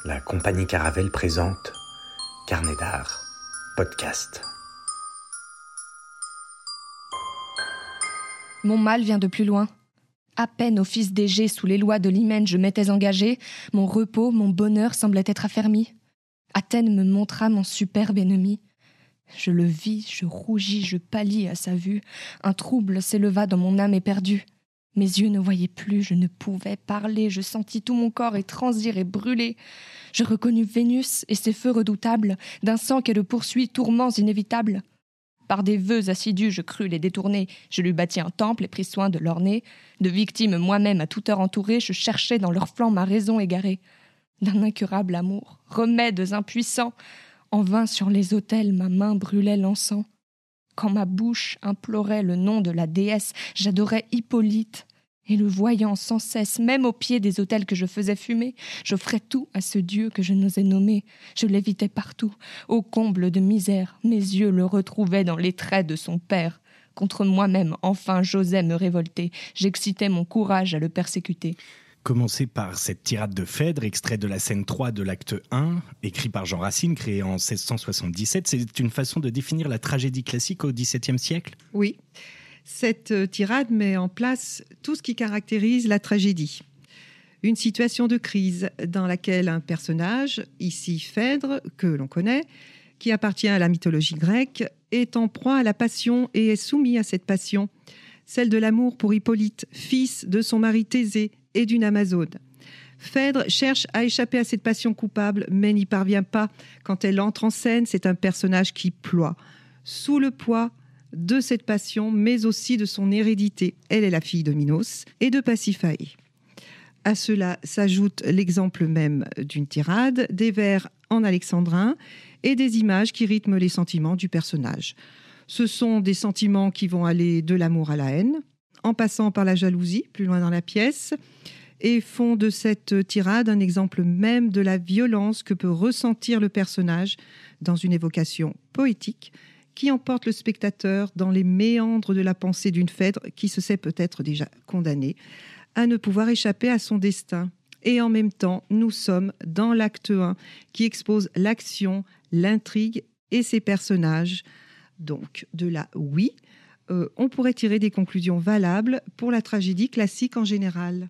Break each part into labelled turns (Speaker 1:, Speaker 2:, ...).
Speaker 1: La compagnie Caravelle présente Carnet d'art, podcast.
Speaker 2: Mon mal vient de plus loin. À peine au fils d'Égée, sous les lois de l'hymen, je m'étais engagé, mon repos, mon bonheur semblaient être affermis. Athènes me montra mon superbe ennemi. Je le vis, je rougis, je pâlis à sa vue. Un trouble s'éleva dans mon âme éperdue. Mes yeux ne voyaient plus, je ne pouvais parler, je sentis tout mon corps étransir et brûler. Je reconnus Vénus et ses feux redoutables, d'un sang qu'elle poursuit, tourments inévitables. Par des vœux assidus, je crus les détourner. Je lui bâtis un temple et pris soin de l'orner. De victimes moi-même à toute heure entourées, je cherchais dans leurs flancs ma raison égarée. D'un incurable amour, remèdes impuissants, en vain sur les autels ma main brûlait l'encens. Quand ma bouche implorait le nom de la déesse, j'adorais Hippolyte. Et le voyant sans cesse, même au pied des autels que je faisais fumer, j'offrais tout à ce dieu que je n'osais nommer. Je l'évitais partout. Au comble de misère, mes yeux le retrouvaient dans les traits de son père. Contre moi-même, enfin, j'osais me révolter. J'excitais mon courage à le persécuter.
Speaker 3: Commencer par cette tirade de Phèdre, extrait de la scène 3 de l'acte 1, écrit par Jean Racine, créé en 1677. C'est une façon de définir la tragédie classique au XVIIe siècle ?
Speaker 4: Oui, cette tirade met en place tout ce qui caractérise la tragédie. Une situation de crise dans laquelle un personnage, ici Phèdre, que l'on connaît, qui appartient à la mythologie grecque, est en proie à la passion et est soumis à cette passion, celle de l'amour pour Hippolyte, fils de son mari Thésée et d'une Amazone. Phèdre cherche à échapper à cette passion coupable, mais n'y parvient pas. Quand elle entre en scène, c'est un personnage qui ploie, sous le poids de cette passion, mais aussi de son hérédité. Elle est la fille de Minos et de Pasiphaë. À cela s'ajoute l'exemple même d'une tirade, des vers en alexandrin et des images qui rythment les sentiments du personnage. Ce sont des sentiments qui vont aller de l'amour à la haine, en passant par la jalousie, plus loin dans la pièce, et font de cette tirade un exemple même de la violence que peut ressentir le personnage dans une évocation poétique qui emporte le spectateur dans les méandres de la pensée d'une Phèdre qui se sait peut-être déjà condamnée à ne pouvoir échapper à son destin. Et en même temps, nous sommes dans l'acte 1 qui expose l'action, l'intrigue et ses personnages. Donc, de là, oui, on pourrait tirer des conclusions valables pour la tragédie classique en général.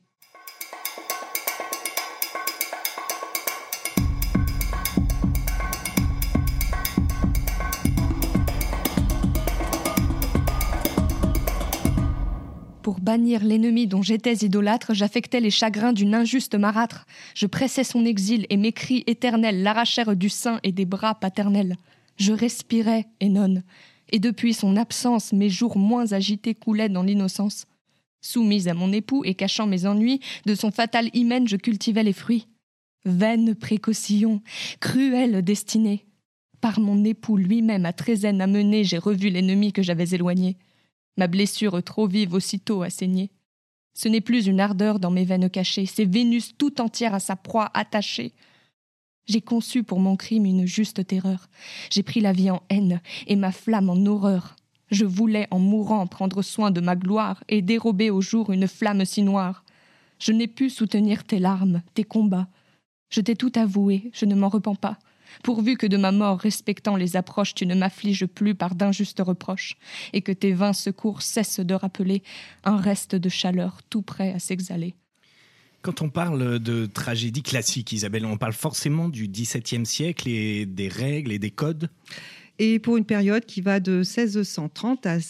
Speaker 2: Pour bannir l'ennemi dont j'étais idolâtre, j'affectais les chagrins d'une injuste marâtre. Je pressais son exil et mes cris éternels l'arrachèrent du sein et des bras paternels. Je respirais, Œnone, et depuis son absence, mes jours moins agités coulaient dans l'innocence. Soumise à mon époux et cachant mes ennuis, de son fatal hymen je cultivais les fruits. Vaine précaution, cruelle destinée. Par mon époux lui-même à Trézène amené, j'ai revu l'ennemi que j'avais éloigné. Ma blessure trop vive aussitôt a saigné. Ce n'est plus une ardeur dans mes veines cachées, c'est Vénus tout entière à sa proie attachée. J'ai conçu pour mon crime une juste terreur. J'ai pris la vie en haine et ma flamme en horreur. Je voulais, en mourant, prendre soin de ma gloire et dérober au jour une flamme si noire. Je n'ai pu soutenir tes larmes, tes combats. Je t'ai tout avoué, je ne m'en repens pas. Pourvu que de ma mort respectant les approches, tu ne m'affliges plus par d'injustes reproches, et que tes vains secours cessent de rappeler un reste de chaleur tout prêt à s'exhaler.
Speaker 3: Quand on parle de tragédie classique, Isabelle, on parle forcément du XVIIe siècle et des règles et des codes ?
Speaker 4: Et pour une période qui va de 1630 à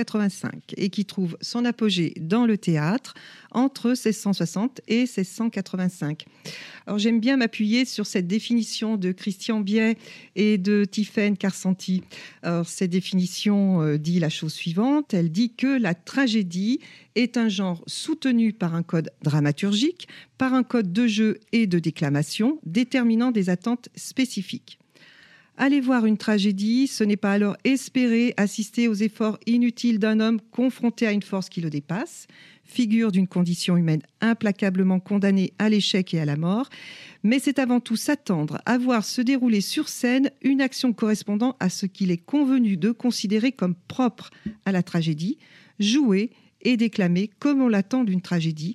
Speaker 4: 1685 et qui trouve son apogée dans le théâtre entre 1660 et 1685. Alors j'aime bien m'appuyer sur cette définition de Christian Biet et de Tiphaine Carsanti. Alors cette définition dit la chose suivante, elle dit que la tragédie est un genre soutenu par un code dramaturgique, par un code de jeu et de déclamation déterminant des attentes spécifiques. Aller voir une tragédie, ce n'est pas alors espérer assister aux efforts inutiles d'un homme confronté à une force qui le dépasse, figure d'une condition humaine implacablement condamnée à l'échec et à la mort, mais c'est avant tout s'attendre à voir se dérouler sur scène une action correspondant à ce qu'il est convenu de considérer comme propre à la tragédie, jouée et déclamée comme on l'attend d'une tragédie,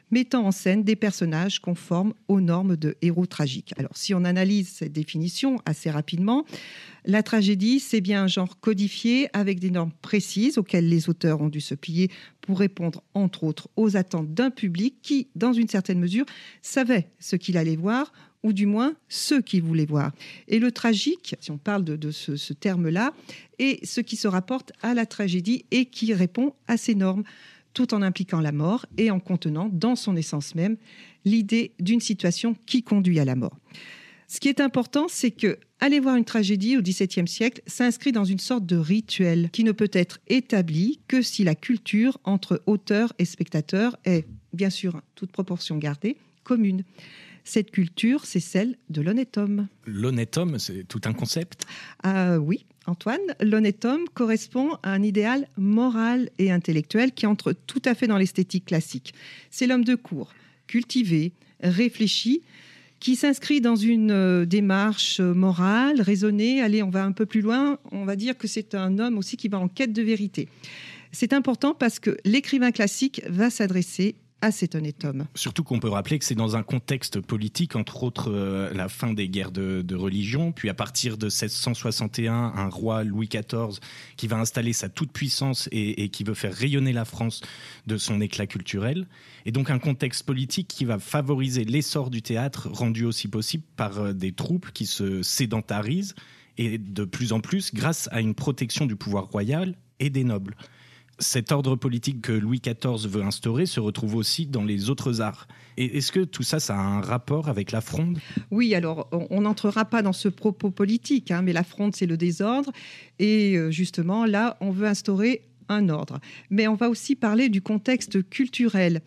Speaker 4: mettant en scène des personnages conformes aux normes de héros tragiques. Alors, si on analyse cette définition assez rapidement, la tragédie, c'est bien un genre codifié avec des normes précises auxquelles les auteurs ont dû se plier pour répondre, entre autres, aux attentes d'un public qui, dans une certaine mesure, savait ce qu'il allait voir, ou du moins ceux qui voulaient voir. Et le tragique, si on parle de ce terme-là, est ce qui se rapporte à la tragédie et qui répond à ces normes, tout en impliquant la mort et en contenant, dans son essence même, l'idée d'une situation qui conduit à la mort. Ce qui est important, c'est que aller voir une tragédie au XVIIe siècle s'inscrit dans une sorte de rituel qui ne peut être établi que si la culture entre auteur et spectateur est, bien sûr, toute proportion gardée, commune. Cette culture, c'est celle de l'honnête homme.
Speaker 3: L'honnête homme, c'est tout un concept ?
Speaker 4: Oui, Antoine, l'honnête homme correspond à un idéal moral et intellectuel qui entre tout à fait dans l'esthétique classique. C'est l'homme de cour, cultivé, réfléchi, qui s'inscrit dans une démarche morale, raisonnée. Allez, on va un peu plus loin, on va dire que c'est un homme aussi qui va en quête de vérité. C'est important parce que l'écrivain classique va s'adresser à cet honnête homme.
Speaker 3: Surtout qu'on peut rappeler que c'est dans un contexte politique, entre autres la fin des guerres de religion, puis à partir de 1661, un roi Louis XIV qui va installer sa toute-puissance et qui veut faire rayonner la France de son éclat culturel. Et donc un contexte politique qui va favoriser l'essor du théâtre, rendu aussi possible par des troupes qui se sédentarisent, et de plus en plus grâce à une protection du pouvoir royal et des nobles. Cet ordre politique que Louis XIV veut instaurer se retrouve aussi dans les autres arts. Et est-ce que tout ça, ça a un rapport avec la fronde ?
Speaker 4: Oui, alors on n'entrera pas dans ce propos politique, mais la fronde, c'est le désordre. Et justement, là, on veut instaurer un ordre. Mais on va aussi parler du contexte culturel.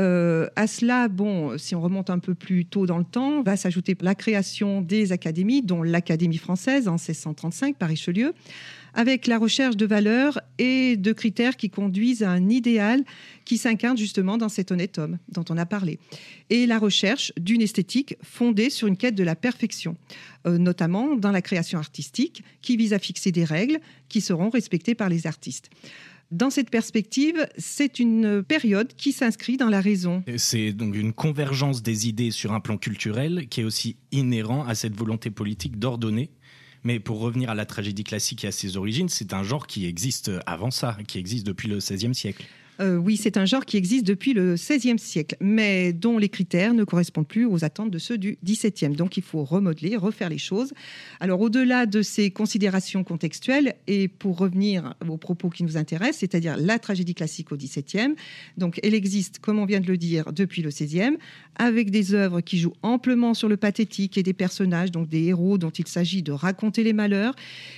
Speaker 4: À cela, si on remonte un peu plus tôt dans le temps, va s'ajouter la création des académies, dont l'Académie française en 1635 par Richelieu, avec la recherche de valeurs et de critères qui conduisent à un idéal qui s'incarne justement dans cet honnête homme dont on a parlé. Et la recherche d'une esthétique fondée sur une quête de la perfection, notamment dans la création artistique, qui vise à fixer des règles qui seront respectées par les artistes. Dans cette perspective, c'est une période qui s'inscrit dans la raison.
Speaker 3: C'est donc une convergence des idées sur un plan culturel qui est aussi inhérent à cette volonté politique d'ordonner. Mais pour revenir à la tragédie classique et à ses origines, c'est un genre qui existe avant ça, qui existe depuis le XVIe siècle.
Speaker 4: Oui, c'est un genre qui existe depuis le XVIe siècle, mais dont les critères ne correspondent plus aux attentes de ceux du XVIIe. Donc, il faut remodeler, refaire les choses. Alors, au-delà de ces considérations contextuelles, et pour revenir aux propos qui nous intéressent, c'est-à-dire la tragédie classique au XVIIe, donc elle existe, comme on vient de le dire, depuis le XVIe, avec des œuvres qui jouent amplement sur le pathétique et des personnages, donc des héros dont il s'agit de raconter les malheurs.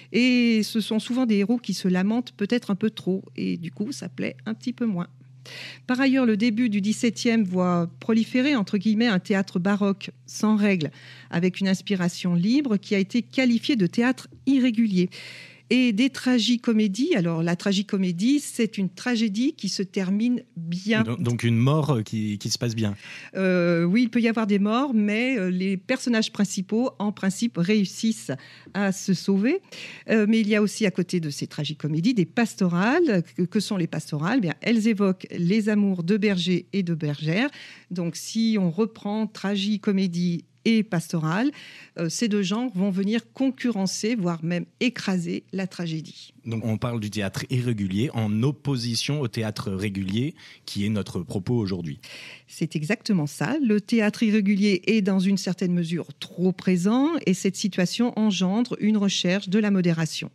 Speaker 4: Et ce sont souvent des héros qui se lamentent peut-être un peu trop, et du coup, ça plaît un petit peu moins. Par ailleurs, le début du XVIIe voit proliférer, entre guillemets, un théâtre baroque sans règles, avec une inspiration libre qui a été qualifiée de théâtre irrégulier. Et des tragicomédies. Alors, la tragicomédie, c'est une tragédie qui se termine bien.
Speaker 3: Donc une mort qui se passe bien.
Speaker 4: Oui, il peut y avoir des morts, mais les personnages principaux, en principe, réussissent à se sauver. Mais il y a aussi, à côté de ces tragicomédies, des pastorales. Que sont les pastorales ? Bien, elles évoquent les amours de bergers et de bergères. Donc, si on reprend tragicomédie et pastorale, ces deux genres vont venir concurrencer, voire même écraser la tragédie.
Speaker 3: Donc on parle du théâtre irrégulier en opposition au théâtre régulier, qui est notre propos aujourd'hui.
Speaker 4: C'est exactement ça. Le théâtre irrégulier est dans une certaine mesure trop présent et cette situation engendre une recherche de la modération.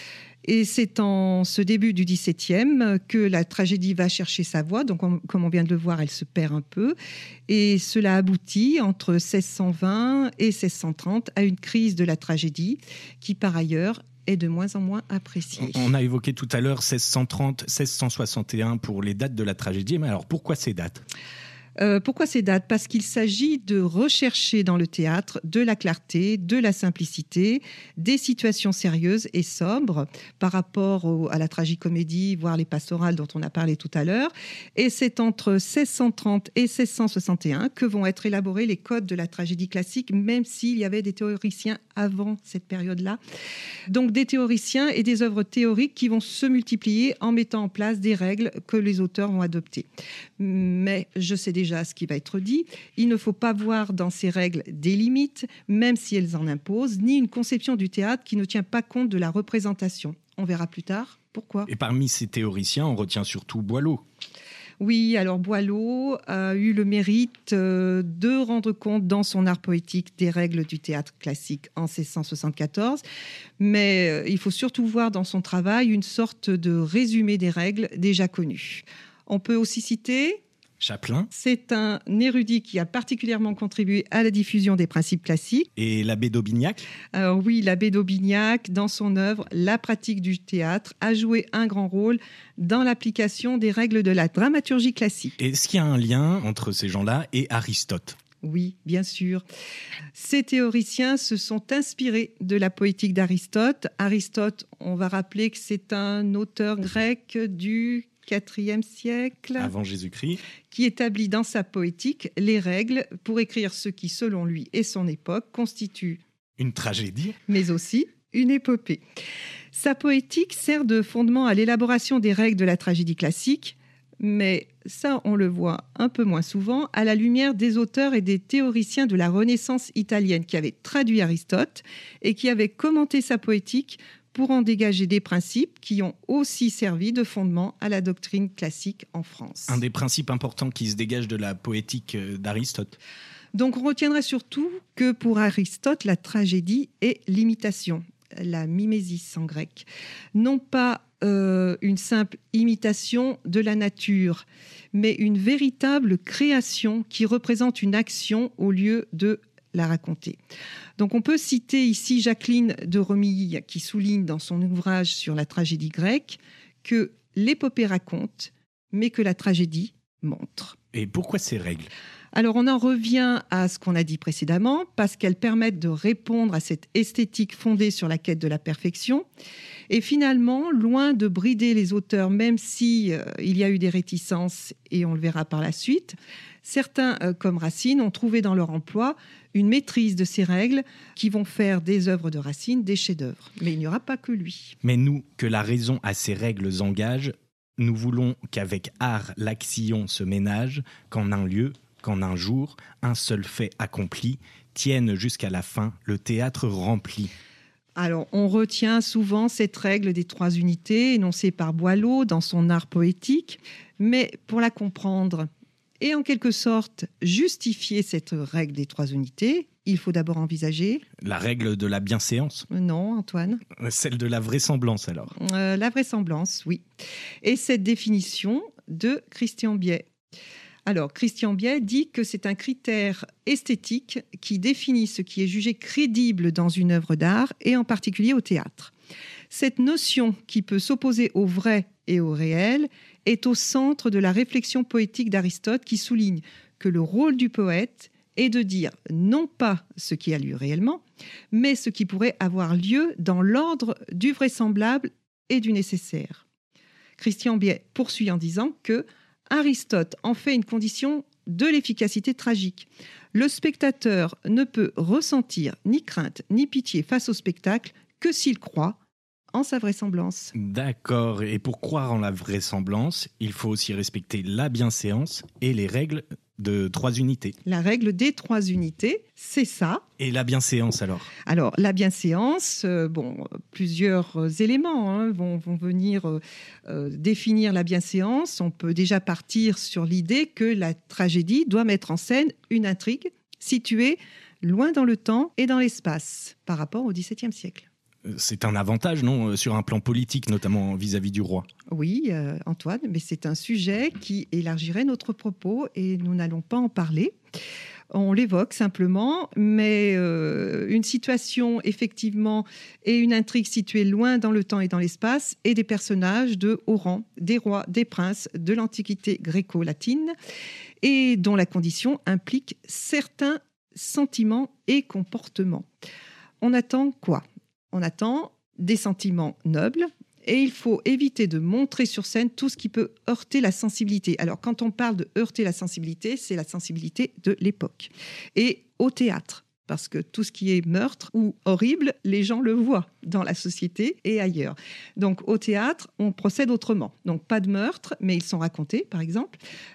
Speaker 4: Et c'est en ce début du XVIIe que la tragédie va chercher sa voie. Donc, comme on vient de le voir, elle se perd un peu. Et cela aboutit, entre 1620 et 1630, à une crise de la tragédie qui, par ailleurs, est de moins en moins appréciée.
Speaker 3: On a évoqué tout à l'heure 1630, 1661 pour les dates de la tragédie. Mais alors, pourquoi ces dates ?
Speaker 4: Pourquoi ces dates ? Parce qu'il s'agit de rechercher dans le théâtre de la clarté, de la simplicité, des situations sérieuses et sobres par rapport à la tragicomédie, voire les pastorales dont on a parlé tout à l'heure. Et c'est entre 1630 et 1661 que vont être élaborés les codes de la tragédie classique, même s'il y avait des théoriciens avant cette période-là. Donc des théoriciens et des œuvres théoriques qui vont se multiplier en mettant en place des règles que les auteurs vont adopter. Mais je sais déjà déjà ce qui va être dit. Il ne faut pas voir dans ces règles des limites, même si elles en imposent, ni une conception du théâtre qui ne tient pas compte de la représentation. On verra plus tard pourquoi.
Speaker 3: Et parmi ces théoriciens, on retient surtout Boileau.
Speaker 4: Oui, alors Boileau a eu le mérite de rendre compte dans son art poétique des règles du théâtre classique en 1674, mais il faut surtout voir dans son travail une sorte de résumé des règles déjà connues. On peut aussi citer
Speaker 3: Chapelain.
Speaker 4: C'est un érudit qui a particulièrement contribué à la diffusion des principes classiques.
Speaker 3: Et l'abbé d'Aubignac.
Speaker 4: Alors oui, l'abbé d'Aubignac, dans son œuvre « La pratique du théâtre », a joué un grand rôle dans l'application des règles de la dramaturgie classique.
Speaker 3: Est-ce qu'il y a un lien entre ces gens-là et Aristote ?
Speaker 4: Oui, bien sûr. Ces théoriciens se sont inspirés de la poétique d'Aristote. Aristote, on va rappeler que c'est un auteur grec du IVe siècle,
Speaker 3: avant Jésus-Christ,
Speaker 4: qui établit dans sa poétique les règles pour écrire ce qui, selon lui et son époque, constitue
Speaker 3: une tragédie,
Speaker 4: mais aussi une épopée. Sa poétique sert de fondement à l'élaboration des règles de la tragédie classique, mais ça, on le voit un peu moins souvent à la lumière des auteurs et des théoriciens de la Renaissance italienne qui avaient traduit Aristote et qui avaient commenté sa poétique pour en dégager des principes qui ont aussi servi de fondement à la doctrine classique en France.
Speaker 3: Un des principes importants qui se dégage de la poétique d'Aristote.
Speaker 4: Donc on retiendra surtout que pour Aristote, la tragédie est l'imitation, la mimésis en grec. Non pas une simple imitation de la nature, mais une véritable création qui représente une action au lieu de la raconter. Donc on peut citer ici Jacqueline de Romilly qui souligne dans son ouvrage sur la tragédie grecque que l'épopée raconte, mais que la tragédie montre.
Speaker 3: Et pourquoi ces règles ?
Speaker 4: Alors on en revient à ce qu'on a dit précédemment, parce qu'elles permettent de répondre à cette esthétique fondée sur la quête de la perfection. Et finalement, loin de brider les auteurs, même si il y a eu des réticences, et on le verra par la suite, certains, comme Racine, ont trouvé dans leur emploi une maîtrise de ces règles qui vont faire des œuvres de Racine des chefs-d'œuvre. Mais il n'y aura pas que lui.
Speaker 3: Mais nous, que la raison à ces règles engage, nous voulons qu'avec art l'action se ménage, qu'en un lieu, qu'en un jour, un seul fait accompli, tienne jusqu'à la fin le théâtre rempli.
Speaker 4: Alors, on retient souvent cette règle des 3 unités énoncée par Boileau dans son art poétique, mais pour la comprendre et en quelque sorte justifier cette règle des 3 unités, il faut d'abord envisager...
Speaker 3: La règle de la bienséance ?
Speaker 4: Non, Antoine.
Speaker 3: Celle de la vraisemblance, alors ?
Speaker 4: La vraisemblance, oui. Et cette définition de Christian Biais. Alors, Christian Biais dit que c'est un critère esthétique qui définit ce qui est jugé crédible dans une œuvre d'art et en particulier au théâtre. Cette notion qui peut s'opposer au vrai et au réel est au centre de la réflexion poétique d'Aristote qui souligne que le rôle du poète est de dire non pas ce qui a lieu réellement, mais ce qui pourrait avoir lieu dans l'ordre du vraisemblable et du nécessaire. Christian Biais poursuit en disant que Aristote en fait une condition de l'efficacité tragique. Le spectateur ne peut ressentir ni crainte ni pitié face au spectacle que s'il croit en sa vraisemblance.
Speaker 3: D'accord. Et pour croire en la vraisemblance, il faut aussi respecter la bienséance et les règles de 3 unités.
Speaker 4: La règle des 3 unités, c'est ça.
Speaker 3: Et la bienséance alors ?
Speaker 4: Alors, la bienséance, plusieurs éléments vont venir définir la bienséance. On peut déjà partir sur l'idée que la tragédie doit mettre en scène une intrigue située loin dans le temps et dans l'espace par rapport au XVIIe siècle.
Speaker 3: C'est un avantage, non, sur un plan politique, notamment vis-à-vis du roi.
Speaker 4: Oui, Antoine, mais c'est un sujet qui élargirait notre propos et nous n'allons pas en parler. On l'évoque simplement, mais une situation, effectivement, et une intrigue située loin dans le temps et dans l'espace, et des personnages de haut rang, des rois, des princes de l'Antiquité gréco-latine, et dont la condition implique certains sentiments et comportements. On attend quoi ? On attend des sentiments nobles et il faut éviter de montrer sur scène tout ce qui peut heurter la sensibilité. Alors, quand on parle de heurter la sensibilité, c'est la sensibilité de l'époque. Et au théâtre, parce que tout ce qui est meurtre ou horrible, les gens le voient dans la société et ailleurs. Donc au théâtre, on procède autrement. Donc pas de meurtre, mais ils sont racontés, par exemple.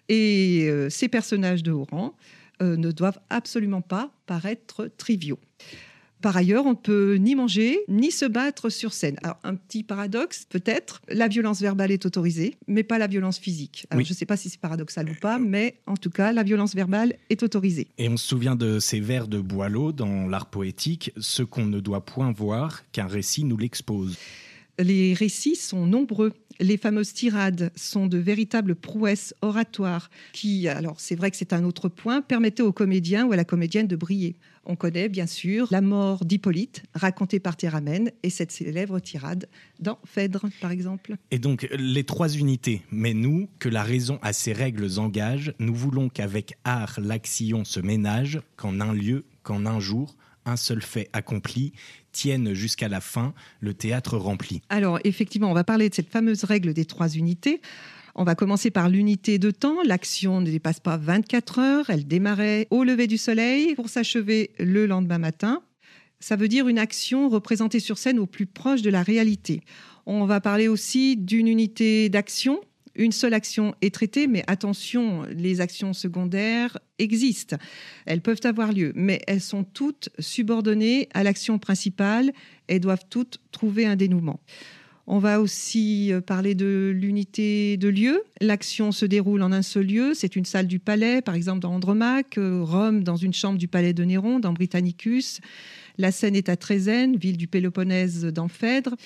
Speaker 4: Et ces personnages de haut rang ne doivent absolument pas paraître triviaux. Par ailleurs, on ne peut ni manger, ni se battre sur scène. Alors, un petit paradoxe, peut-être, la violence verbale est autorisée, mais pas la violence physique. Alors, Je ne sais pas si c'est paradoxal ou pas, mais en tout cas, la violence verbale est autorisée.
Speaker 3: Et on se souvient de ces vers de Boileau dans l'art poétique, « Ce qu'on ne doit point voir, qu'un récit nous l'expose ».
Speaker 4: Les récits sont nombreux. Les fameuses tirades sont de véritables prouesses oratoires qui, alors c'est vrai que c'est un autre point, permettaient au comédien ou à la comédienne de briller. On connaît bien sûr la mort d'Hippolyte, racontée par Théramène, et cette célèbre tirade dans Phèdre, par exemple.
Speaker 3: Et donc, les 3 unités. Mais nous, que la raison à ses règles engage, nous voulons qu'avec art l'action se ménage, qu'en un lieu, qu'en un jour, un seul fait accompli, tienne jusqu'à la fin, le théâtre rempli.
Speaker 4: Alors, effectivement, on va parler de cette fameuse règle des 3 unités. On va commencer par l'unité de temps. L'action ne dépasse pas 24 heures. Elle démarrait au lever du soleil pour s'achever le lendemain matin. Ça veut dire une action représentée sur scène au plus proche de la réalité. On va parler aussi d'une unité d'action. Une seule action est traitée, mais attention, les actions secondaires existent. Elles peuvent avoir lieu, mais elles sont toutes subordonnées à l'action principale et doivent toutes trouver un dénouement. On va aussi parler de l'unité de lieu. L'action se déroule en un seul lieu. C'est une salle du palais, par exemple dans Andromaque, Rome dans une chambre du palais de Néron, dans Britannicus. La scène est à Trézène, ville du Péloponnèse dans Phèdre.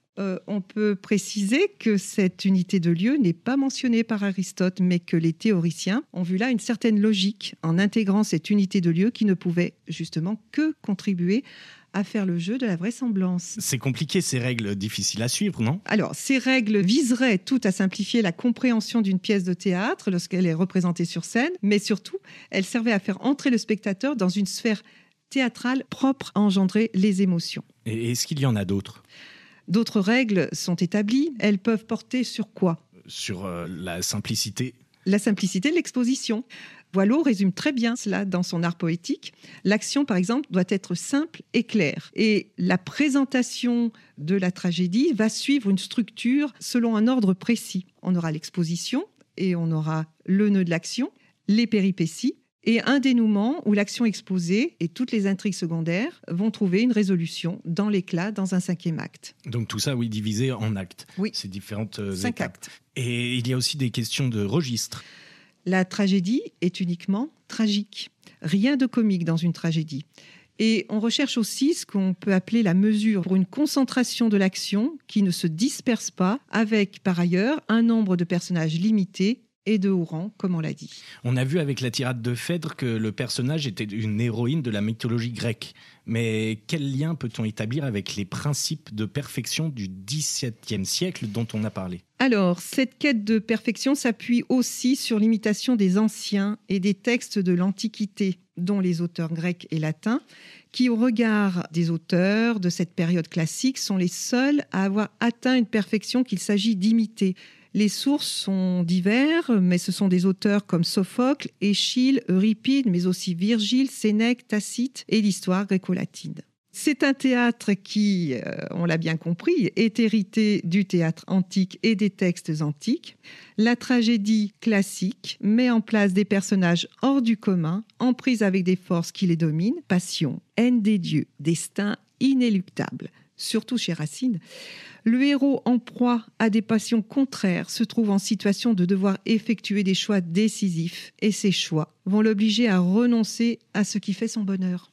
Speaker 4: On peut préciser que cette unité de lieu n'est pas mentionnée par Aristote, mais que les théoriciens ont vu là une certaine logique en intégrant cette unité de lieu qui ne pouvait justement que contribuer à faire le jeu de la vraisemblance.
Speaker 3: C'est compliqué, ces règles difficiles à suivre, non ?
Speaker 4: Alors, ces règles viseraient toutes à simplifier la compréhension d'une pièce de théâtre lorsqu'elle est représentée sur scène, mais surtout, elles servaient à faire entrer le spectateur dans une sphère théâtrale propre à engendrer les émotions.
Speaker 3: Et est-ce qu'il y en a d'autres ?
Speaker 4: D'autres règles sont établies. Elles peuvent porter sur quoi ?
Speaker 3: Sur la simplicité.
Speaker 4: La simplicité de l'exposition. Boileau résume très bien cela dans son art poétique. L'action, par exemple, doit être simple et claire. Et la présentation de la tragédie va suivre une structure selon un ordre précis. On aura l'exposition et on aura le nœud de l'action, les péripéties, et un dénouement où l'action exposée et toutes les intrigues secondaires vont trouver une résolution dans l'éclat, dans un 5e acte.
Speaker 3: Donc tout ça, oui, divisé en actes.
Speaker 4: Oui.
Speaker 3: Ces différentes
Speaker 4: 5
Speaker 3: étapes.
Speaker 4: actes.
Speaker 3: Et il y a aussi des questions de registre.
Speaker 4: La tragédie est uniquement tragique. Rien de comique dans une tragédie. Et on recherche aussi ce qu'on peut appeler la mesure pour une concentration de l'action qui ne se disperse pas, avec par ailleurs un nombre de personnages limité et de haut rang, comme on l'a dit.
Speaker 3: On a vu avec la tirade de Phèdre que le personnage était une héroïne de la mythologie grecque. Mais quel lien peut-on établir avec les principes de perfection du XVIIe siècle dont on a parlé ?
Speaker 4: Alors, cette quête de perfection s'appuie aussi sur l'imitation des anciens et des textes de l'Antiquité, dont les auteurs grecs et latins, qui, au regard des auteurs de cette période classique, sont les seuls à avoir atteint une perfection qu'il s'agit d'imiter. Les sources sont diverses, mais ce sont des auteurs comme Sophocle, Échille, Euripide, mais aussi Virgile, Sénèque, Tacite et l'histoire gréco-latine. C'est un théâtre qui, on l'a bien compris, est hérité du théâtre antique et des textes antiques. La tragédie classique met en place des personnages hors du commun, en prise avec des forces qui les dominent, passion, haine des dieux, destin inéluctable. Surtout chez Racine, le héros en proie à des passions contraires se trouve en situation de devoir effectuer des choix décisifs et ces choix vont l'obliger à renoncer à ce qui fait son bonheur.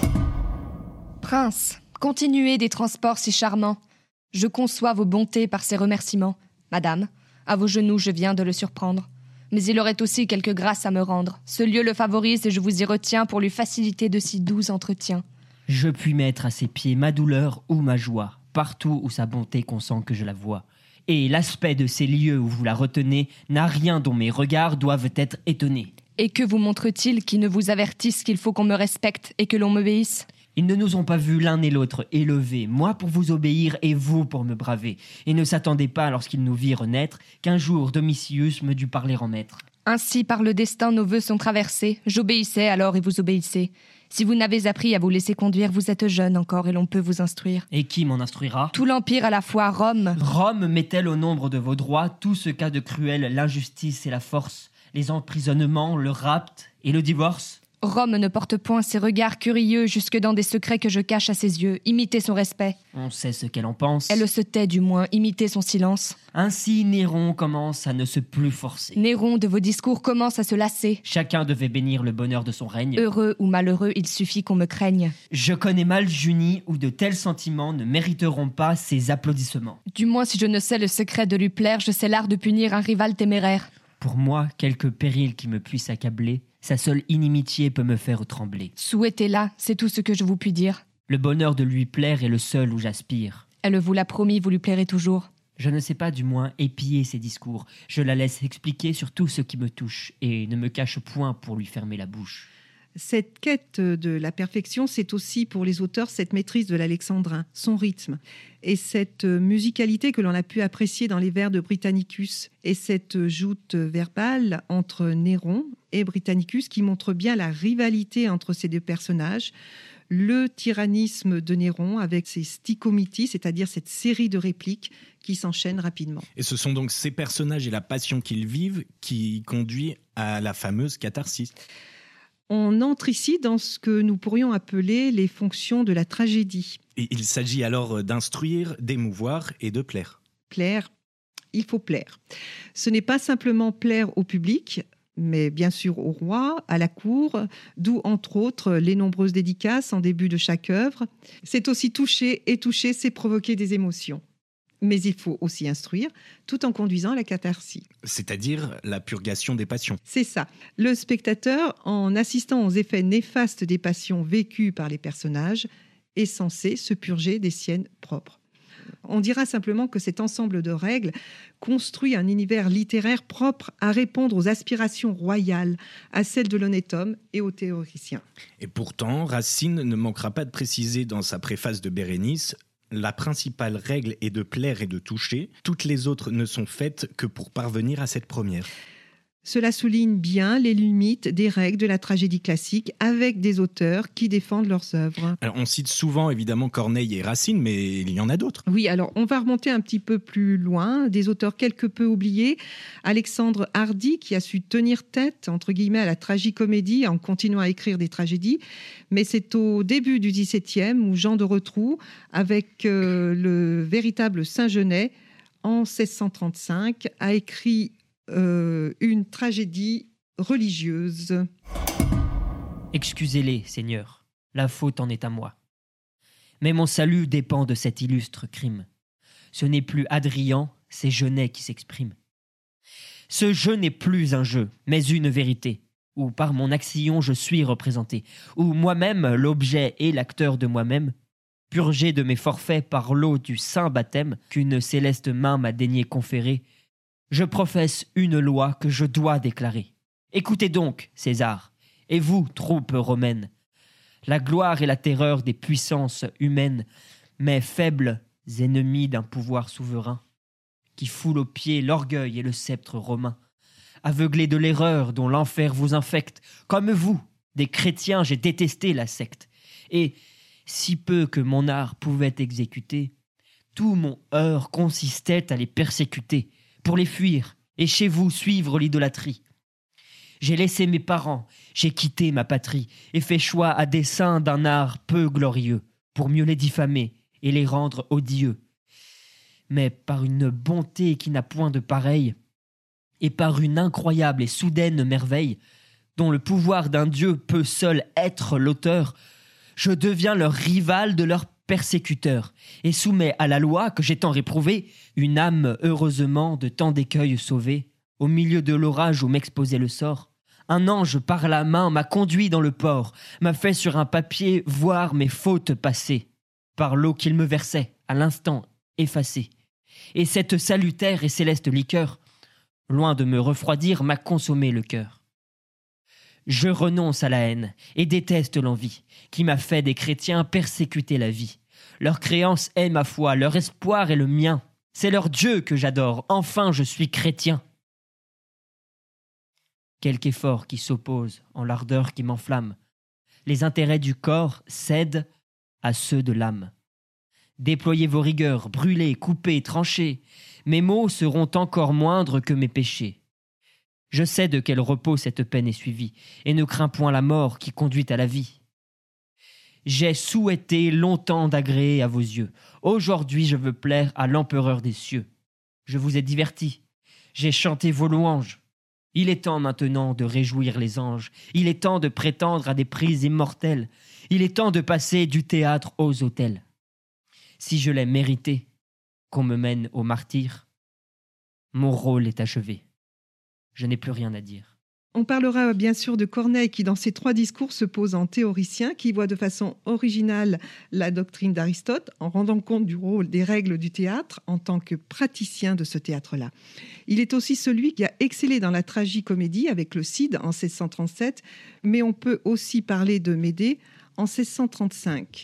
Speaker 2: Prince, continuez des transports si charmants. Je conçois vos bontés par ces remerciements. Madame, à vos genoux je viens de le surprendre. Mais il aurait aussi quelques grâces à me rendre. Ce lieu le favorise et je vous y retiens pour lui faciliter de si doux entretiens.
Speaker 5: Je puis mettre à ses pieds ma douleur ou ma joie, partout où sa bonté consent que je la vois. Et l'aspect de ces lieux où vous la retenez n'a rien dont mes regards doivent être étonnés.
Speaker 2: Et que vous montre-t-il qui ne vous avertisse qu'il faut qu'on me respecte et que l'on m'obéisse ?
Speaker 5: Ils ne nous ont pas vus l'un et l'autre élevés, moi pour vous obéir et vous pour me braver. Et ne s'attendaient pas, lorsqu'ils nous virent naître, qu'un jour Domitius me dut parler en maître.
Speaker 2: Ainsi par le destin nos vœux sont traversés. J'obéissais alors et vous obéissez. Si vous n'avez appris à vous laisser conduire, vous êtes jeune encore et l'on peut vous instruire.
Speaker 5: Et qui m'en instruira ?
Speaker 2: Tout l'Empire à la fois, Rome.
Speaker 5: Rome met-elle au nombre de vos droits tout ce qu'a de cruel l'injustice et la force, les emprisonnements, le rapt et le divorce ?
Speaker 2: Rome ne porte point ses regards curieux jusque dans des secrets que je cache à ses yeux. Imitez son respect.
Speaker 5: On sait ce qu'elle en pense.
Speaker 2: Elle se tait du moins, imitez son silence.
Speaker 5: Ainsi Néron commence à ne se plus forcer.
Speaker 2: Néron de vos discours commence à se lasser.
Speaker 5: Chacun devait bénir le bonheur de son règne.
Speaker 2: Heureux ou malheureux, il suffit qu'on me craigne.
Speaker 5: Je connais mal Junie où de tels sentiments ne mériteront pas ses applaudissements.
Speaker 2: Du moins si je ne sais le secret de lui plaire, je sais l'art de punir un rival téméraire.
Speaker 5: Pour moi, quelque péril qui me puisse accabler, sa seule inimitié peut me faire trembler.
Speaker 2: Souhaitez-la, c'est tout ce que je vous puis dire.
Speaker 5: Le bonheur de lui plaire est le seul où j'aspire.
Speaker 2: Elle vous l'a promis, vous lui plairez toujours.
Speaker 5: Je ne sais pas du moins épier ses discours. Je la laisse expliquer sur tout ce qui me touche et ne me cache point pour lui fermer la bouche.
Speaker 4: Cette quête de la perfection, c'est aussi pour les auteurs cette maîtrise de l'alexandrin, son rythme, et cette musicalité que l'on a pu apprécier dans les vers de Britannicus, et cette joute verbale entre Néron et Britannicus qui montre bien la rivalité entre ces deux personnages, le tyrannisme de Néron avec ses stichomities, c'est-à-dire cette série de répliques qui s'enchaînent rapidement.
Speaker 3: Et ce sont donc ces personnages et la passion qu'ils vivent qui conduit à la fameuse catharsis.
Speaker 4: On entre ici dans ce que nous pourrions appeler les fonctions de la tragédie.
Speaker 3: Et il s'agit alors d'instruire, d'émouvoir et de plaire.
Speaker 4: Plaire, il faut plaire. Ce n'est pas simplement plaire au public, mais bien sûr au roi, à la cour, d'où entre autres les nombreuses dédicaces en début de chaque œuvre. C'est aussi toucher, et toucher, c'est provoquer des émotions. Mais il faut aussi instruire, tout en conduisant à la catharsis.
Speaker 3: C'est-à-dire la purgation des passions.
Speaker 4: C'est ça. Le spectateur, en assistant aux effets néfastes des passions vécues par les personnages, est censé se purger des siennes propres. On dira simplement que cet ensemble de règles construit un univers littéraire propre à répondre aux aspirations royales, à celles de l'honnête homme et aux théoriciens.
Speaker 3: Et pourtant, Racine ne manquera pas de préciser dans sa préface de Bérénice: la principale règle est de plaire et de toucher. Toutes les autres ne sont faites que pour parvenir à cette première.
Speaker 4: Cela souligne bien les limites des règles de la tragédie classique avec des auteurs qui défendent leurs œuvres.
Speaker 3: Alors, on cite souvent évidemment Corneille et Racine, mais il y en a d'autres.
Speaker 4: Oui, alors on va remonter un petit peu plus loin, des auteurs quelque peu oubliés. Alexandre Hardy, qui a su tenir tête, entre guillemets, à la tragicomédie en continuant à écrire des tragédies. Mais c'est au début du XVIIe où Jean de Rotrou, avec le véritable Saint-Genet, en 1635, a écrit une tragédie religieuse.
Speaker 5: Excusez-les, Seigneur, la faute en est à moi. Mais mon salut dépend de cet illustre crime. Ce n'est plus Adrien, c'est Genet qui s'exprime. Ce jeu n'est plus un jeu, mais une vérité, où par mon action je suis représenté, où moi-même, l'objet et l'acteur de moi-même, purgé de mes forfaits par l'eau du saint baptême qu'une céleste main m'a daigné conférer, je professe une loi que je dois déclarer. Écoutez donc, César, et vous, troupes romaines, la gloire et la terreur des puissances humaines, mais faibles ennemis d'un pouvoir souverain, qui foule aux pieds l'orgueil et le sceptre romain, aveuglés de l'erreur dont l'enfer vous infecte, comme vous, des chrétiens, j'ai détesté la secte, et, si peu que mon art pouvait exécuter, tout mon heurt consistait à les persécuter, pour les fuir, et chez vous suivre l'idolâtrie. J'ai laissé mes parents, j'ai quitté ma patrie, et fait choix à dessein d'un art peu glorieux, pour mieux les diffamer et les rendre odieux. Mais par une bonté qui n'a point de pareille, et par une incroyable et soudaine merveille, dont le pouvoir d'un Dieu peut seul être l'auteur, je deviens leur rival de leur persécuteur, et soumets à la loi que j'ai tant réprouvée une âme heureusement de tant d'écueils sauvée. Au milieu de l'orage où m'exposait le sort, un ange par la main m'a conduit dans le port, m'a fait sur un papier voir mes fautes passées, par l'eau qu'il me versait, à l'instant effacée. Et cette salutaire et céleste liqueur, loin de me refroidir, m'a consommé le cœur. Je renonce à la haine et déteste l'envie, qui m'a fait des chrétiens persécuter la vie. Leur créance est ma foi, leur espoir est le mien. C'est leur Dieu que j'adore, enfin je suis chrétien. Quelque effort qui s'oppose en l'ardeur qui m'enflamme, Les intérêts du corps cèdent à ceux de l'âme. Déployez vos rigueurs, brûlez, coupez, tranchez. Mes maux seront encore moindres que mes péchés. Je sais de quel repos cette peine est suivie, et ne crains point la mort qui conduit à la vie. J'ai souhaité longtemps d'agréer à vos yeux. Aujourd'hui je veux plaire à l'empereur des cieux. Je vous ai diverti, j'ai chanté vos louanges. Il est temps maintenant de réjouir les anges. Il est temps de prétendre à des prix immortels. Il est temps de passer du théâtre aux autels. Si je l'ai mérité, qu'on me mène au martyre, mon rôle est achevé. Je n'ai plus rien à dire.
Speaker 4: On parlera bien sûr de Corneille qui, dans ses 3 discours, se pose en théoricien, qui voit de façon originale la doctrine d'Aristote en rendant compte du rôle des règles du théâtre en tant que praticien de ce théâtre-là. Il est aussi celui qui a excellé dans la tragicomédie avec le Cid en 1637, mais on peut aussi parler de Médée en 1635.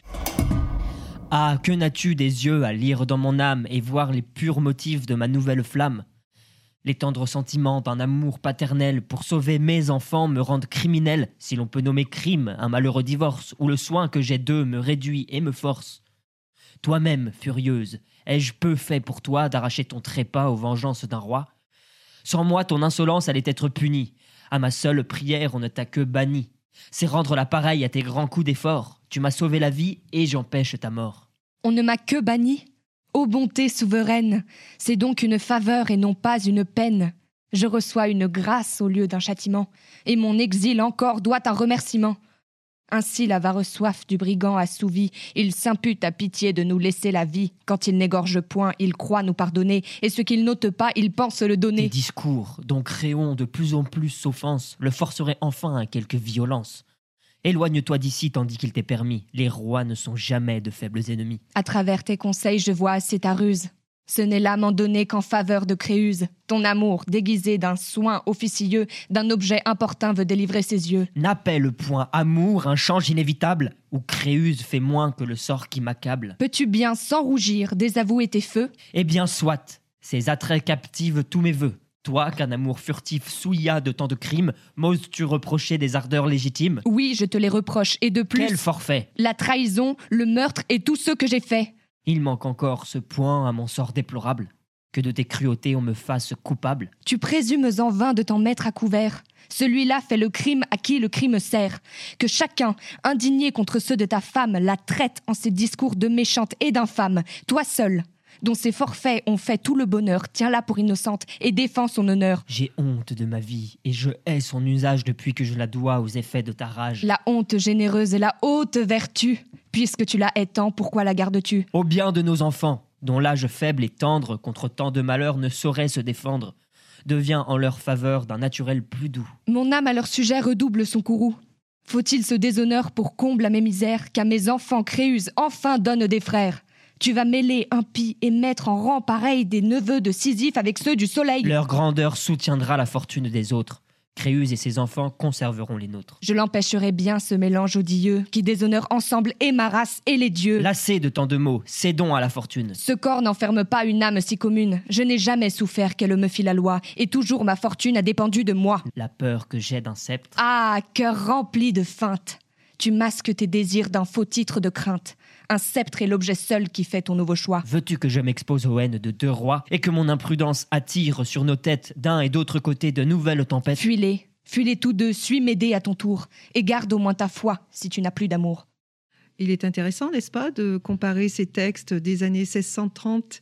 Speaker 5: Ah, que n'as-tu des yeux à lire dans mon âme et voir les purs motifs de ma nouvelle flamme ? Les tendres sentiments d'un amour paternel pour sauver mes enfants me rendent criminel, si l'on peut nommer crime un malheureux divorce, où le soin que j'ai d'eux me réduit et me force. Toi-même, furieuse, ai-je peu fait pour toi d'arracher ton trépas aux vengeances d'un roi ? Sans moi, ton insolence allait être punie. À ma seule prière, on ne t'a que banni. C'est rendre la pareille à tes grands coups d'effort. Tu m'as sauvé la vie et j'empêche ta mort.
Speaker 2: On ne m'a que banni. Ô bonté souveraine, c'est donc une faveur et non pas une peine. Je reçois une grâce au lieu d'un châtiment, et mon exil encore doit un remerciement. Ainsi l'avare soif du brigand assouvie, il s'impute à pitié de nous laisser la vie. Quand il n'égorge point, il croit nous pardonner, et ce qu'il n'ôte pas, il pense le donner.
Speaker 5: Tes discours, dont Créon de plus en plus s'offense, le forceraient enfin à quelque violence. Éloigne-toi d'ici tandis qu'il t'est permis. Les rois ne sont jamais de faibles ennemis.
Speaker 2: À travers tes conseils, je vois assez ta ruse. Ce n'est là m'en donner qu'en faveur de Créuse. Ton amour, déguisé d'un soin officieux, d'un objet importun veut délivrer ses yeux.
Speaker 5: N'appelle point amour un change inévitable, où Créuse fait moins que le sort qui m'accable.
Speaker 2: Peux-tu bien, sans rougir, désavouer tes feux ?
Speaker 5: Eh bien, soit. Ces attraits captivent tous mes vœux. Toi, qu'un amour furtif souilla de tant de crimes, m'oses-tu reprocher des ardeurs légitimes ?
Speaker 2: Oui, je te les reproche, et de plus...
Speaker 5: Quel forfait ?
Speaker 2: La trahison, le meurtre et tout ce que j'ai fait.
Speaker 5: Il manque encore ce point à mon sort déplorable, que de tes cruautés on me fasse coupable.
Speaker 2: Tu présumes en vain de t'en mettre à couvert. Celui-là fait le crime à qui le crime sert. Que chacun, indigné contre ceux de ta femme, la traite en ses discours de méchante et d'infâme. Toi seul, dont ses forfaits ont fait tout le bonheur, tiens-la pour innocente et défends son honneur.
Speaker 5: J'ai honte de ma vie, et je hais son usage depuis que je la dois aux effets de ta rage.
Speaker 2: La honte généreuse est la haute vertu. Puisque tu la hais tant, pourquoi la gardes-tu ?
Speaker 5: Au bien de nos enfants, dont l'âge faible et tendre contre tant de malheurs ne saurait se défendre, devient en leur faveur d'un naturel plus doux.
Speaker 2: Mon âme à leur sujet redouble son courroux. Faut-il ce déshonneur pour comble à mes misères, qu'à mes enfants Créuse enfin donne des frères ? Tu vas mêler impie et mettre en rang pareil des neveux de Sisyphe avec ceux du soleil.
Speaker 5: Leur grandeur soutiendra la fortune des autres. Créuse et ses enfants conserveront les nôtres.
Speaker 2: Je l'empêcherai bien ce mélange odieux qui déshonore ensemble et ma race et les dieux.
Speaker 5: Lassés de tant de mots, cédons à la fortune.
Speaker 2: Ce corps n'enferme pas une âme si commune. Je n'ai jamais souffert qu'elle me fît la loi, et toujours ma fortune a dépendu de moi.
Speaker 5: La peur que j'ai d'un sceptre.
Speaker 2: Ah, cœur rempli de feintes. Tu masques tes désirs d'un faux titre de crainte. Un sceptre est l'objet seul qui fait ton nouveau choix.
Speaker 5: Veux-tu que je m'expose aux haines de 2 rois et que mon imprudence attire sur nos têtes d'un et d'autre côté de nouvelles tempêtes ?
Speaker 2: Fuis-les tous deux, suis Médée à ton tour, et garde au moins ta foi si tu n'as plus d'amour.
Speaker 4: Il est intéressant, n'est-ce pas, de comparer ces textes des années 1630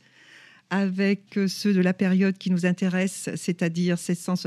Speaker 4: avec ceux de la période qui nous intéresse, c'est-à-dire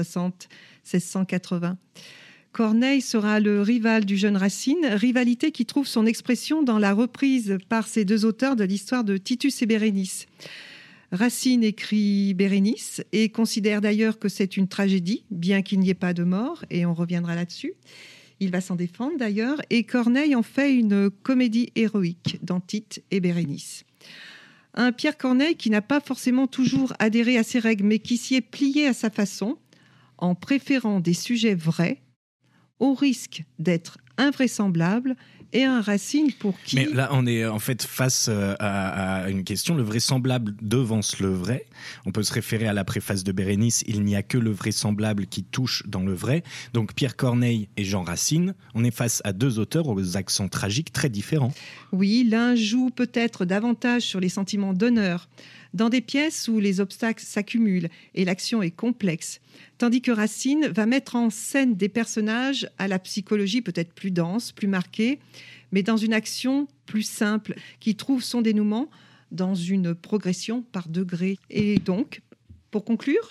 Speaker 4: 1660-1680. Corneille sera le rival du jeune Racine, rivalité qui trouve son expression dans la reprise par ces 2 auteurs de l'histoire de Titus et Bérénice. Racine écrit Bérénice et considère d'ailleurs que c'est une tragédie, bien qu'il n'y ait pas de mort, et on reviendra là-dessus. Il va s'en défendre d'ailleurs, et Corneille en fait une comédie héroïque dans Tite et Bérénice. Un Pierre Corneille qui n'a pas forcément toujours adhéré à ces règles, mais qui s'y est plié à sa façon, en préférant des sujets vrais, au risque d'être invraisemblable et un Racine pour qui...
Speaker 3: Mais là, on est en fait face à une question. Le vraisemblable devance le vrai. On peut se référer à la préface de Bérénice. Il n'y a que le vraisemblable qui touche dans le vrai. Donc Pierre Corneille et Jean Racine, on est face à deux auteurs aux accents tragiques très différents.
Speaker 4: Oui, l'un joue peut-être davantage sur les sentiments d'honneur, dans des pièces où les obstacles s'accumulent et l'action est complexe, tandis que Racine va mettre en scène des personnages à la psychologie peut-être plus dense, plus marquée, mais dans une action plus simple, qui trouve son dénouement dans une progression par degrés. Et donc, pour conclure,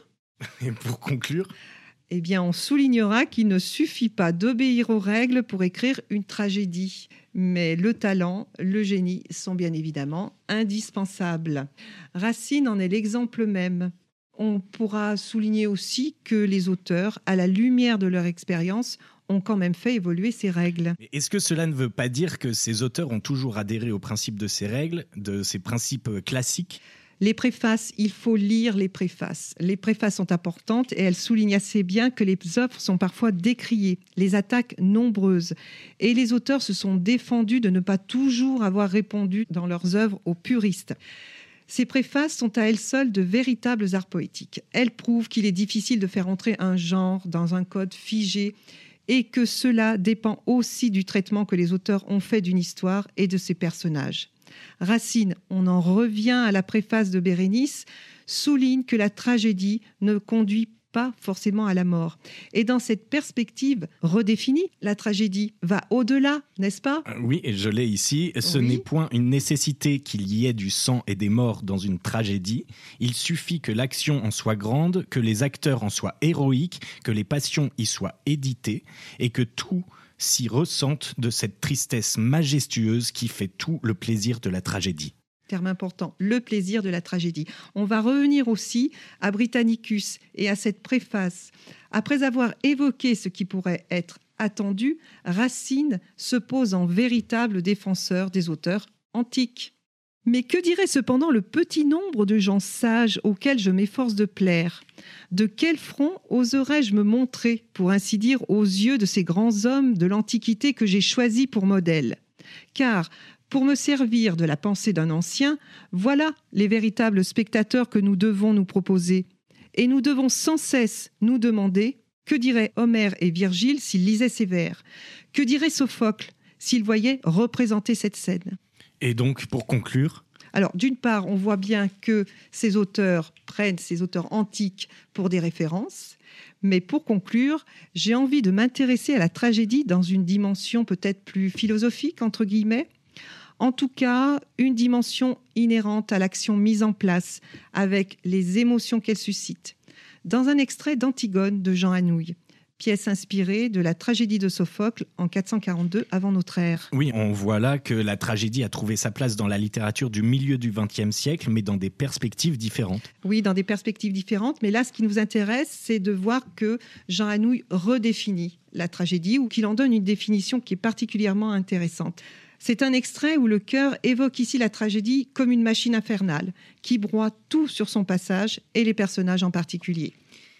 Speaker 4: eh bien, on soulignera qu'il ne suffit pas d'obéir aux règles pour écrire une tragédie. Mais le talent, le génie sont bien évidemment indispensables. Racine en est l'exemple même. On pourra souligner aussi que les auteurs, à la lumière de leur expérience, ont quand même fait évoluer ces règles.
Speaker 3: Est-ce que cela ne veut pas dire que ces auteurs ont toujours adhéré au principe de ces règles, de ces principes classiques ?
Speaker 4: Les préfaces, il faut lire les préfaces. Les préfaces sont importantes et elles soulignent assez bien que les œuvres sont parfois décriées, les attaques nombreuses. Et les auteurs se sont défendus de ne pas toujours avoir répondu dans leurs œuvres aux puristes. Ces préfaces sont à elles seules de véritables arts poétiques. Elles prouvent qu'il est difficile de faire entrer un genre dans un code figé et que cela dépend aussi du traitement que les auteurs ont fait d'une histoire et de ses personnages. Racine, on en revient à la préface de Bérénice, souligne que la tragédie ne conduit pas forcément à la mort. Et dans cette perspective redéfinie, la tragédie va au-delà, n'est-ce pas ?
Speaker 3: Oui, et je l'ai ici. Ce n'est point une nécessité qu'il y ait du sang et des morts dans une tragédie. Il suffit que l'action en soit grande, que les acteurs en soient héroïques, que les passions y soient éditées et que tout s'y ressentent de cette tristesse majestueuse qui fait tout le plaisir de la tragédie.
Speaker 4: Terme important, le plaisir de la tragédie. On va revenir aussi à Britannicus et à cette préface. Après avoir évoqué ce qui pourrait être attendu, Racine se pose en véritable défenseur des auteurs antiques. Mais que dirait cependant le petit nombre de gens sages auxquels je m'efforce de plaire ? De quel front oserais-je me montrer, pour ainsi dire, aux yeux de ces grands hommes de l'Antiquité que j'ai choisis pour modèle ? Car, pour me servir de la pensée d'un ancien, voilà les véritables spectateurs que nous devons nous proposer. Et nous devons sans cesse nous demander que diraient Homère et Virgile s'ils lisaient ces vers ? Que dirait Sophocle s'il voyait représenter cette scène ?
Speaker 3: Et donc, pour conclure ?
Speaker 4: Alors, d'une part, on voit bien que ces auteurs prennent ces auteurs antiques pour des références. Mais pour conclure, j'ai envie de m'intéresser à la tragédie dans une dimension peut-être plus philosophique, entre guillemets. En tout cas, une dimension inhérente à l'action mise en place, avec les émotions qu'elle suscite. Dans un extrait d'Antigone de Jean Anouilh, pièce inspirée de la tragédie de Sophocle en 442 avant notre ère.
Speaker 3: Oui, on voit là que la tragédie a trouvé sa place dans la littérature du milieu du XXe siècle, mais dans des perspectives différentes.
Speaker 4: Oui, dans des perspectives différentes, mais là, ce qui nous intéresse, c'est de voir que Jean Anouilh redéfinit la tragédie, ou qu'il en donne une définition qui est particulièrement intéressante. C'est un extrait où le chœur évoque ici la tragédie comme une machine infernale, qui broie tout sur son passage, et les personnages en particulier.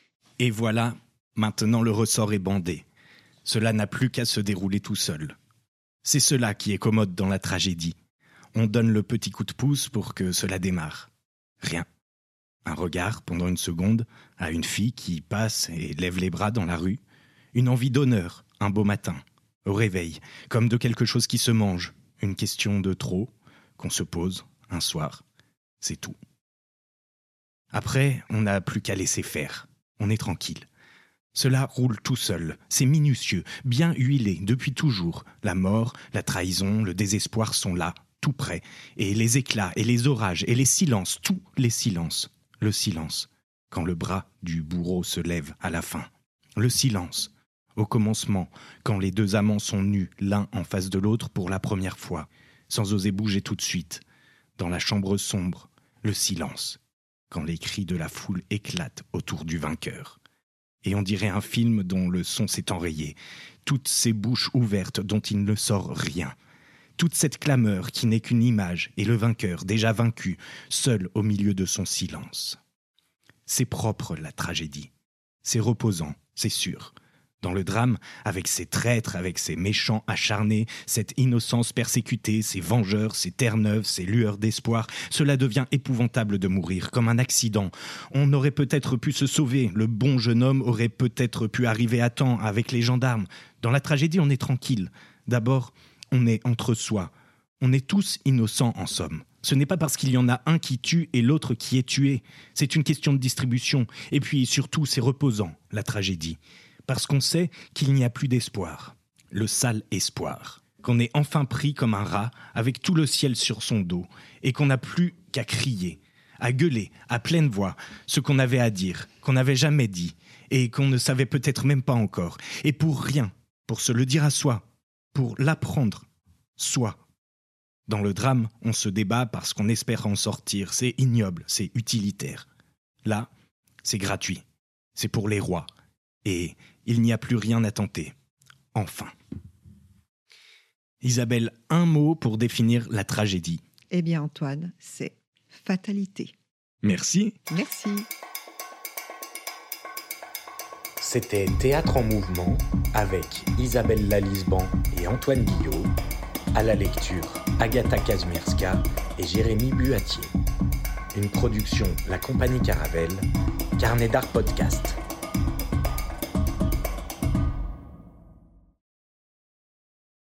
Speaker 3: Et voilà, maintenant le ressort est bandé. Cela n'a plus qu'à se dérouler tout seul. C'est cela qui est commode dans la tragédie. On donne le petit coup de pouce pour que cela démarre. Rien. Un regard pendant une seconde à une fille qui passe et lève les bras dans la rue. Une envie d'honneur, un beau matin, au réveil, comme de quelque chose qui se mange. Une question de trop qu'on se pose un soir. C'est tout. Après, on n'a plus qu'à laisser faire. On est tranquille. Cela roule tout seul, c'est minutieux, bien huilé depuis toujours. La mort, la trahison, le désespoir sont là, tout près. Et les éclats, et les orages, et les silences, tous les silences. Le silence, quand le bras du bourreau se lève à la fin. Le silence, au commencement, quand les deux amants sont nus l'un en face de l'autre pour la première fois, sans oser bouger tout de suite. Dans la chambre sombre, le silence, quand les cris de la foule éclatent autour du vainqueur. Et on dirait un film dont le son s'est enrayé. Toutes ces bouches ouvertes dont il ne sort rien. Toute cette clameur qui n'est qu'une image et le vainqueur déjà vaincu, seul au milieu de son silence. C'est propre la tragédie. C'est reposant, c'est sûr. Dans le drame, avec ses traîtres, avec ses méchants acharnés, cette innocence persécutée, ses vengeurs, ses terre-neuves, ses lueurs d'espoir, cela devient épouvantable de mourir, comme un accident. On aurait peut-être pu se sauver, le bon jeune homme aurait peut-être pu arriver à temps avec les gendarmes. Dans la tragédie, on est tranquille. D'abord, on est entre soi. On est tous innocents en somme. Ce n'est pas parce qu'il y en a un qui tue et l'autre qui est tué. C'est une question de distribution. Et puis surtout, c'est reposant, la tragédie. Parce qu'on sait qu'il n'y a plus d'espoir, le sale espoir, qu'on est enfin pris comme un rat avec tout le ciel sur son dos et qu'on n'a plus qu'à crier, à gueuler à pleine voix ce qu'on avait à dire, qu'on n'avait jamais dit et qu'on ne savait peut-être même pas encore. Et pour rien, pour se le dire à soi, pour l'apprendre, soi. Dans le drame, on se débat parce qu'on espère en sortir, c'est ignoble, c'est utilitaire. Là, c'est gratuit, c'est pour les rois. Et il n'y a plus rien à tenter. Enfin. Isabelle, un mot pour définir la tragédie.
Speaker 4: Eh bien, Antoine, c'est fatalité.
Speaker 3: Merci.
Speaker 4: Merci.
Speaker 1: C'était Théâtre en mouvement avec Isabelle Lalisban et Antoine Guillot. À la lecture, Agatha Kazmierska et Jérémy Buatier. Une production La Compagnie Caravelle, Carnet d'Art Podcast.